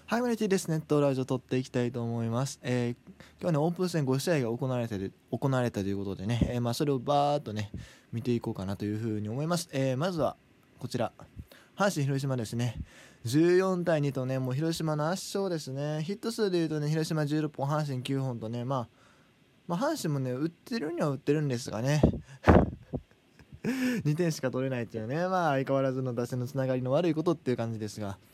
はい、マネティです。ネットラジオ撮っていきたいと思います。今日はね、オープン戦5試合が行われたということでね、それをバーっとね、見ていこうかなというふうに思います。まずは、こちら、阪神広島ですね。14対2とね、もう広島の圧勝ですね。ヒット数でいうとね、広島16本、阪神9本とね、阪神もね、打ってるには打ってるんですがね、2点しか取れないっていうね、相変わらずの打線のつながりの悪いことっていう感じですが、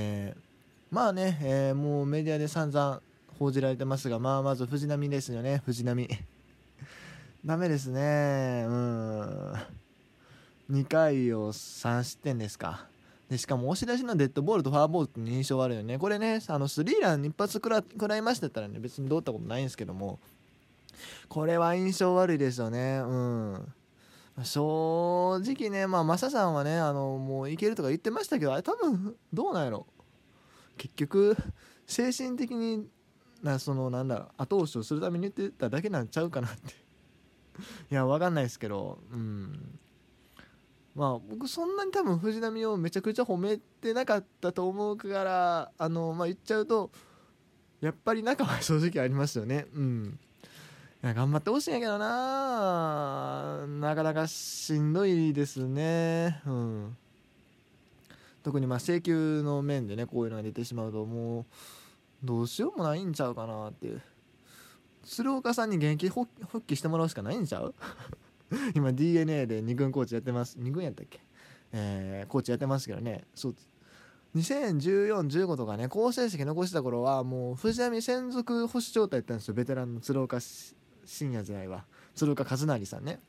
もうメディアで散々報じられてますが、まず藤浪ですよね。藤浪ダメですね。2回を3失点ですか。でしかも押し出しのデッドボールとフォアボールって印象悪いよね。これね、スリーラン一発食らいましたったらね、別にどうったことないんですけども、これは印象悪いですよね。正直ね、マサさんはね、もういけるとか言ってましたけど、あれ多分どうなんやろ。結局精神的に後押しをするために言ってただけなんちゃうかなっていや、わかんないですけど、僕そんなに多分藤浪をめちゃくちゃ褒めてなかったと思うから、言っちゃうと、やっぱり仲は正直ありますよね。いや、頑張ってほしいんやけどなかなかしんどいですね。特に請求の面でね、こういうのが出てしまうと、もうどうしようもないんちゃうかなっていう。鶴岡さんに現役復帰してもらうしかないんちゃう今 DNA で2軍コーチやってます。2軍やったっけ、コーチやってますけどね。そう、2014、15とかね、好成績残した頃はもう藤浪専属保守状態やったんですよ。ベテランの鶴岡深夜時代は鶴岡和成さんね。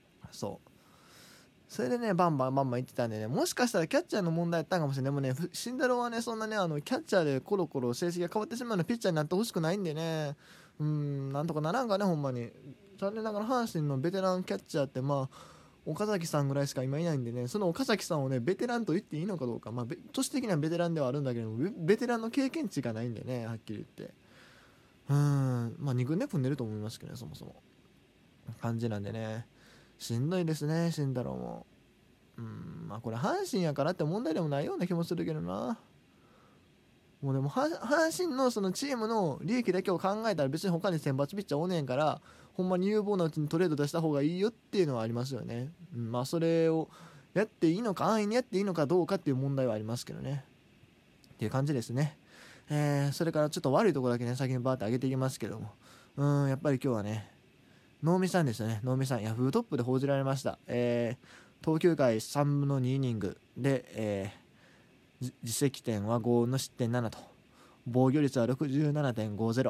それでね、バンバン言ってたんでね、もしかしたらキャッチャーの問題やったんかもしれない。でもね、慎太郎はね、そんなね、キャッチャーでコロコロ成績が変わってしまうのピッチャーになってほしくないんでね、なんとかならんかね、ほんまに。残念ながら阪神のベテランキャッチャーって岡崎さんぐらいしか今いないんでね、その岡崎さんをね、ベテランと言っていいのかどうか、年的にはベテランではあるんだけど、ベテランの経験値がないんでね、はっきり言って。2軍で組んでると思いますけどね、そもそも。感じなんでね。しんどいですね、慎太郎も。これ阪神やからって問題でもないような気もするけどな。もうでも阪神のそのチームの利益だけを考えたら別に他に先発ピッチャーおねんから、ほんまに有望なうちにトレード出した方がいいよっていうのはありますよね。それをやっていいのか、安易にやっていいのかどうかっていう問題はありますけどね。っていう感じですね。それからちょっと悪いところだけね、先にバーって上げていきますけども、やっぱり今日はね、能見さんですよね。能見さん、ヤフートップで報じられました。投球回3分の2イニングで、自責点は5の失点7と、防御率は 67.50。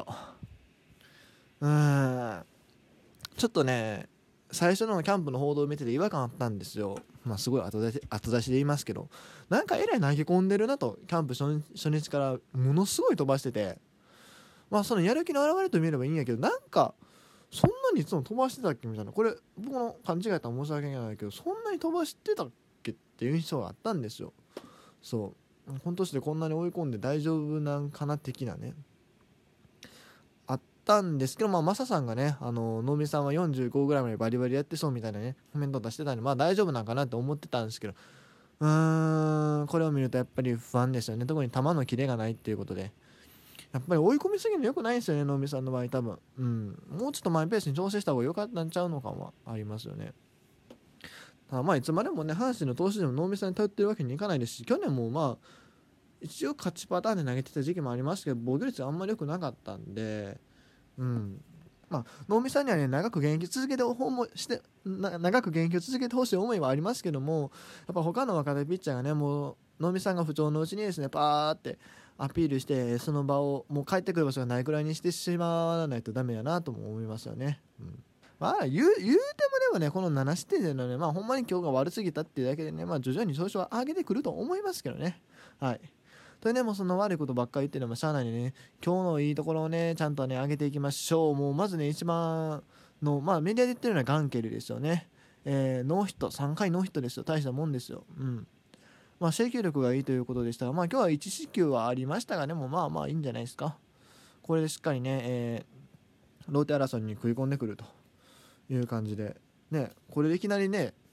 ちょっとね、最初のキャンプの報道を見てて違和感あったんですよ。すごい後出しで言いますけど、なんかえらい投げ込んでるなと。キャンプ初日からものすごい飛ばしてて、そのやる気の表れと見ればいいんやけど、なんかそんなにいつも飛ばしてたっけみたいな。これ僕の勘違いやったら申し訳ないけど、そんなに飛ばしてたっけっていう印象があったんですよ。この年でこんなに追い込んで大丈夫なんかな的なね、あったんですけど、マサさんがね、能見さんは45ぐらいまでバリバリやってそうみたいなねコメントを出してたんで、大丈夫なんかなって思ってたんですけど、これを見るとやっぱり不安ですよね。特に球のキレがないっていうことで、やっぱり追い込みすぎるの良くないんですよね、能見さんの場合多分。もうちょっとマイペースに調整した方が良かったんちゃうのかもありますよね。いつまでもね、阪神の投手でも能見さんに頼ってるわけにいかないですし、去年も一応勝ちパターンで投げてた時期もありますけど、防御率あんまり良くなかったんで、能見さんにはね、長く現役続けてほしい思いはありますけども、やっぱ他の若手ピッチャーがね、もう能見さんが不調のうちにですね、パーってアピールして、その場をもう帰ってくる場所がないくらいにしてしまわないとダメだなとも思いますよね。言うてもでもね、この7失点でのね、ほんまに今日が悪すぎたっていうだけでね、徐々に調子は上げてくると思いますけどね。というね、もうその悪いことばっかり言ってるのもしゃあないでね、今日のいいところをね、ちゃんとね、上げていきましょう。もうまずね、一番の、メディアで言ってるのはガンケルですよね。ノーヒット、3回ノーヒットですよ。大したもんですよ。制球力がいいということでしたが、今日は1四球はありましたがね、もういいんじゃないですか。これでしっかりね、ローテ争いに食い込んでくるという感じで、ね、これでいきなりね、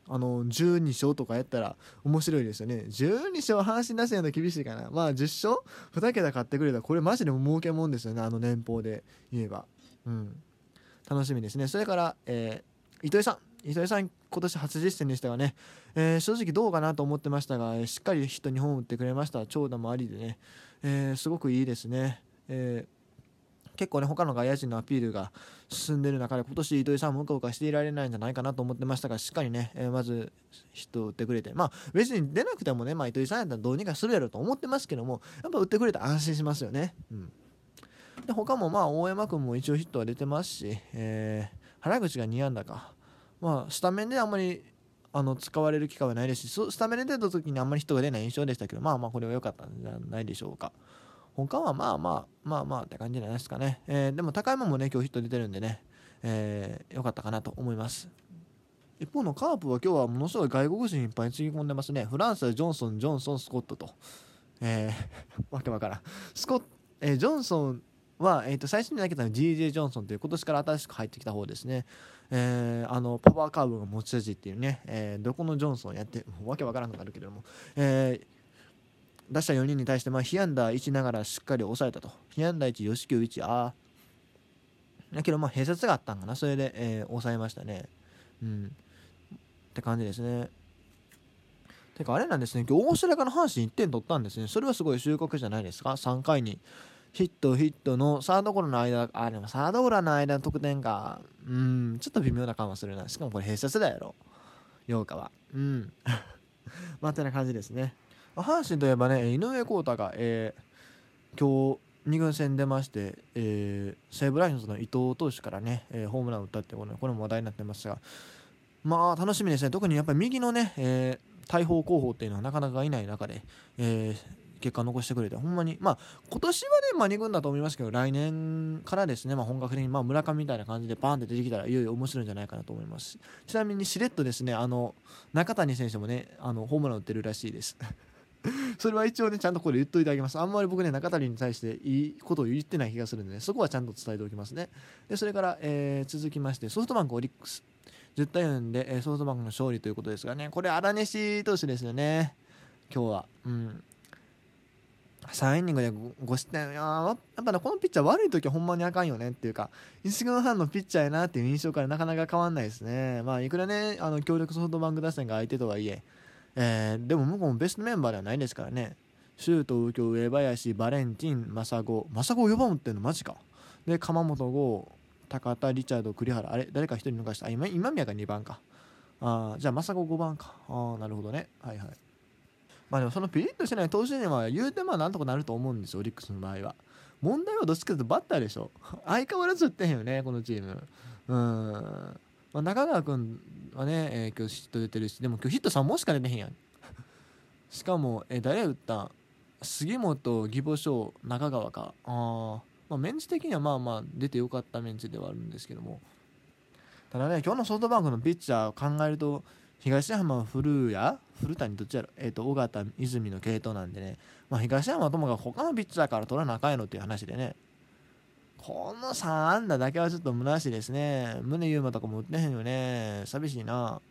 12勝とかやったら面白いですよね。12勝阪神打線だと厳しいかな。まあ10勝2桁買ってくれたらこれマジで儲けもんですよね、年俸で言えば。楽しみですね。それから、糸井さん今年初実戦でしたがね、正直どうかなと思ってましたが、しっかりヒット2本打ってくれました。長打もありでね、すごくいいですね。結構ね他の外野陣のアピールが進んでいる中で今年糸井さんもうかうかしていられないんじゃないかなと思ってましたが、しっかりね、まずヒットを打ってくれて、別に出なくてもね、糸井さんやったらどうにかするやろうと思ってますけども、やっぱ打ってくれたら安心しますよね。で他も大山君も一応ヒットは出てますし、原口が2安打か、スタメンであんまり使われる機会はないですし、スタメンで出た時にあんまりヒットが出ない印象でしたけど、これは良かったんじゃないでしょうか。他はまあって感じじゃないですかね。でも高山もね今日ヒット出てるんでね、良かったかなと思います。一方のカープは今日はものすごい外国人いっぱいつぎ込んでますね。フランスはジョンソン、スコットと、わけわからん。ジョンソンは、最初に投げたのは GJ ジョンソンという今年から新しく入ってきた方ですね。パワーカーブが持ち味っていうね、どこのジョンソンやってわけわからんくなるけれども、打者4人に対して被安打1ながらしっかり抑えたと。被安打1、吉球1、だけど併殺があったんかな、それで、抑えましたね。って感じですね。てかあれなんですね、今日大城から阪神1点取ったんですね。それはすごい収穫じゃないですか。3回にヒットのサードゴロの間、でもサードゴロの間の得点がちょっと微妙な感はするな。しかもこれ併殺だやろ、8日は。ってな感じですね。阪神といえばね、井上康太が、今日2軍戦出まして、西武ライオンズの伊藤投手からね、ホームランを打ったってこれも話題になってますが、楽しみですね。特にやっぱり右のね、大砲候補っていうのはなかなかいない中で、結果を残してくれて、ほんまに今年はね、2軍だと思いますけど、来年からですね、本格的に村上みたいな感じでバーンって出てきたらいよいよ面白いんじゃないかなと思います。ちなみにしれっとですね、中谷選手もねホームラン打ってるらしいですそれは一応ねちゃんとこれ言っといてあげます。あんまり僕ね中谷に対していいことを言ってない気がするんでね、そこはちゃんと伝えておきますね。でそれから、続きましてソフトバンクオリックス10対4でソフトバンクの勝利ということですがね、これ荒西投手ですよね今日は。3イニングで 5失点。やっぱねこのピッチャー悪い時はほんまにあかんよねっていうか、1軍半のピッチャーやなっていう印象からなかなか変わんないですね。いくらね強力ソフトバンク打線が相手とはいえ、でも向こうもベストメンバーではないですからね。周東、右京、上林、バレンティン、マサゴ4番打ってんのマジか。で鎌本剛、高田、リチャード、栗原、あれ誰か1人抜かした。今宮が2番か。じゃあマサゴ5番か。なるほどね。はいはい。でもそのピリッとしない投手には言うてなんとかなると思うんですよオリックスの場合は。問題はどっちかというとバッターでしょ相変わらず打ってへんよねこのチーム。中川君はね、今日ヒット出てるし、でも今日ヒット3本しか出てへんやんしかも、誰打ったん、杉本、義母賞、中川か。メンチ的には出てよかったメンチではあるんですけども、ただね今日のソフトバンクのピッチャーを考えると東浜、古谷どっちやろ、尾形、泉の系統なんでね、東浜ともが他のピッチャーから取らなあかんやろっていう話でね、この3安打だけはちょっと虚しいですね。宗優馬とかも打ってへんよね、寂しいな。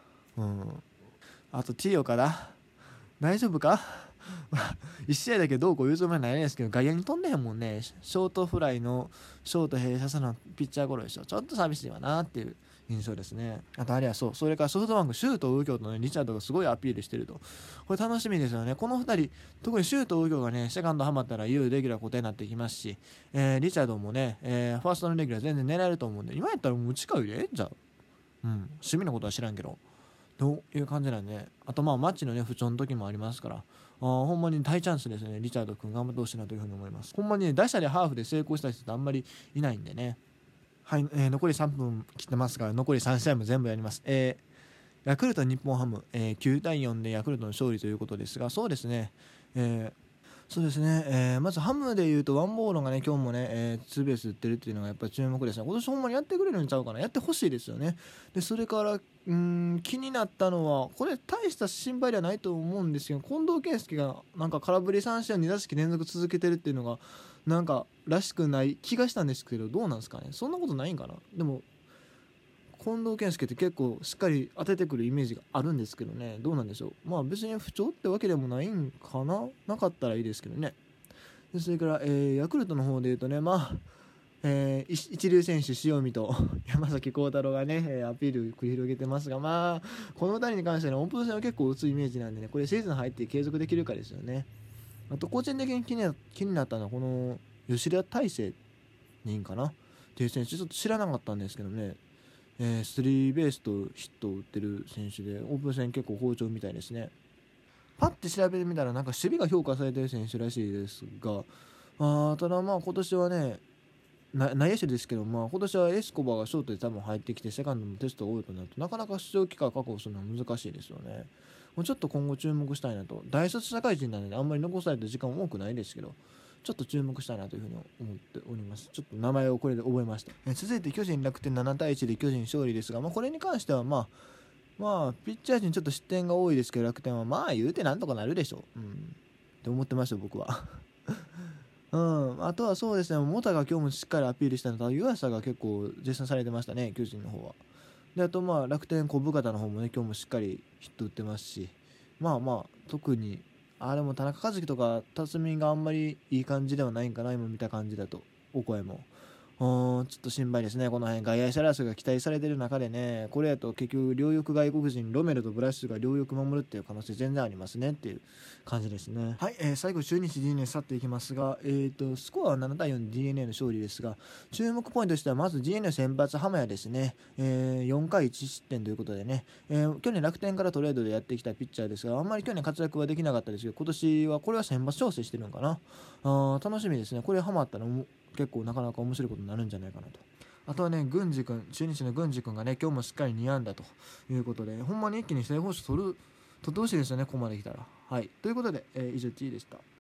あと T 岡田大丈夫か1試合だけどうこう言うつもりはないですけど、外野に飛んでへんもんね。ショートフライのショート閉鎖さのピッチャーゴロでしょ。ちょっと寂しいわなっていう印象ですね。あとあれはそれからソフトバンクシュート右京とねリチャードがすごいアピールしてると、これ楽しみですよね。この2人特にシュート右京がねセカンドハマったらいよいよレギュラー固定になってきますし、リチャードもね、ファーストのレギュラー全然狙えると思うんで、今やったらもう近いでじゃあ趣味のことは知らんけどという感じなんで、あとマッチのね不調の時もありますから、ほんまに大チャンスですね。リチャード君頑張ってほしいなというふうに思います。ほんまにね打者でハーフで成功した人ってあんまりいないんでね。はい、残り3分切ってますから残り3試合も全部やります。ヤクルト日本ハム、9対4でヤクルトの勝利ということですが、そうですね、まずハムでいうとワンボールがね今日もね、ツーベース打ってるっていうのがやっぱり注目ですね。今年ほんまにやってくれるんちゃうかな、やってほしいですよね。でそれから気になったのはこれ大した心配ではないと思うんですけど、近藤健介がなんか空振り三振を2打席連続続けてるっていうのがなんからしくない気がしたんですけど、どうなんですかね。そんなことないんかな。でも近藤健介って結構しっかり当ててくるイメージがあるんですけどね、どうなんでしょう。まあ別に不調ってわけでもないんかな、なかったらいいですけどね。でそれから、ヤクルトの方でいうとね、一流選手塩見と山崎幸太郎がね、アピール繰り広げてますが、この2人に関しては、オープン戦は結構打つイメージなんでね、これシーズン入って継続できるかですよね。あと個人的に気になったのはこの吉田大成でいいんかなっていう選手、ちょっと知らなかったんですけどね、スリーベースとヒットを打ってる選手でオープン戦結構好調みたいですね。パッて調べてみたらなんか守備が評価されてる選手らしいですが、ただ今年はね内野手ですけど、今年はエスコバーがショートで多分入ってきてセカンドのテストが多いとなるとなかなか出場機会を確保するのは難しいですよね。もうちょっと今後注目したいなと。大卒社会人なのであんまり残された時間も多くないですけど、ちょっと注目したいなというふうに思っております。ちょっと名前をこれで覚えました。続いて巨人楽天7対1で巨人勝利ですが、これに関してはピッチャー陣ちょっと失点が多いですけど、楽天は言うてなんとかなるでしょう、って思ってました僕は。あとはそうですね、モタが今日もしっかりアピールしたのと、湯浅が結構絶賛されてましたね、巨人の方は。であと楽天小深田の方もね、今日もしっかりヒット打ってますし、特にあれも田中和樹とか辰巳があんまりいい感じではないんかな、今見た感じだと。お声もちょっと心配ですね。この辺外野手争いが期待されている中でね、これやと結局両翼外国人ロメルとブラッシュが両翼守るっていう可能性全然ありますねっていう感じですね。はい、最後中日 DNA 去っていきますが、スコアは7対4で DNA の勝利ですが、注目ポイントとしてはまず DNA 先発浜谷ですね、4回1失点ということでね、去年楽天からトレードでやってきたピッチャーですが、あんまり去年活躍はできなかったですけど、今年はこれは先発調整してるのかな。楽しみですね。これハマったら結構なかなか面白いことになるんじゃないかなと。あとはね、郡司君、中日の郡司君がね、今日もしっかり2安打ということで、ほんまに一気に正捕手取ってほしいですよね、ここまで来たら。はい、ということで、以上 T でした。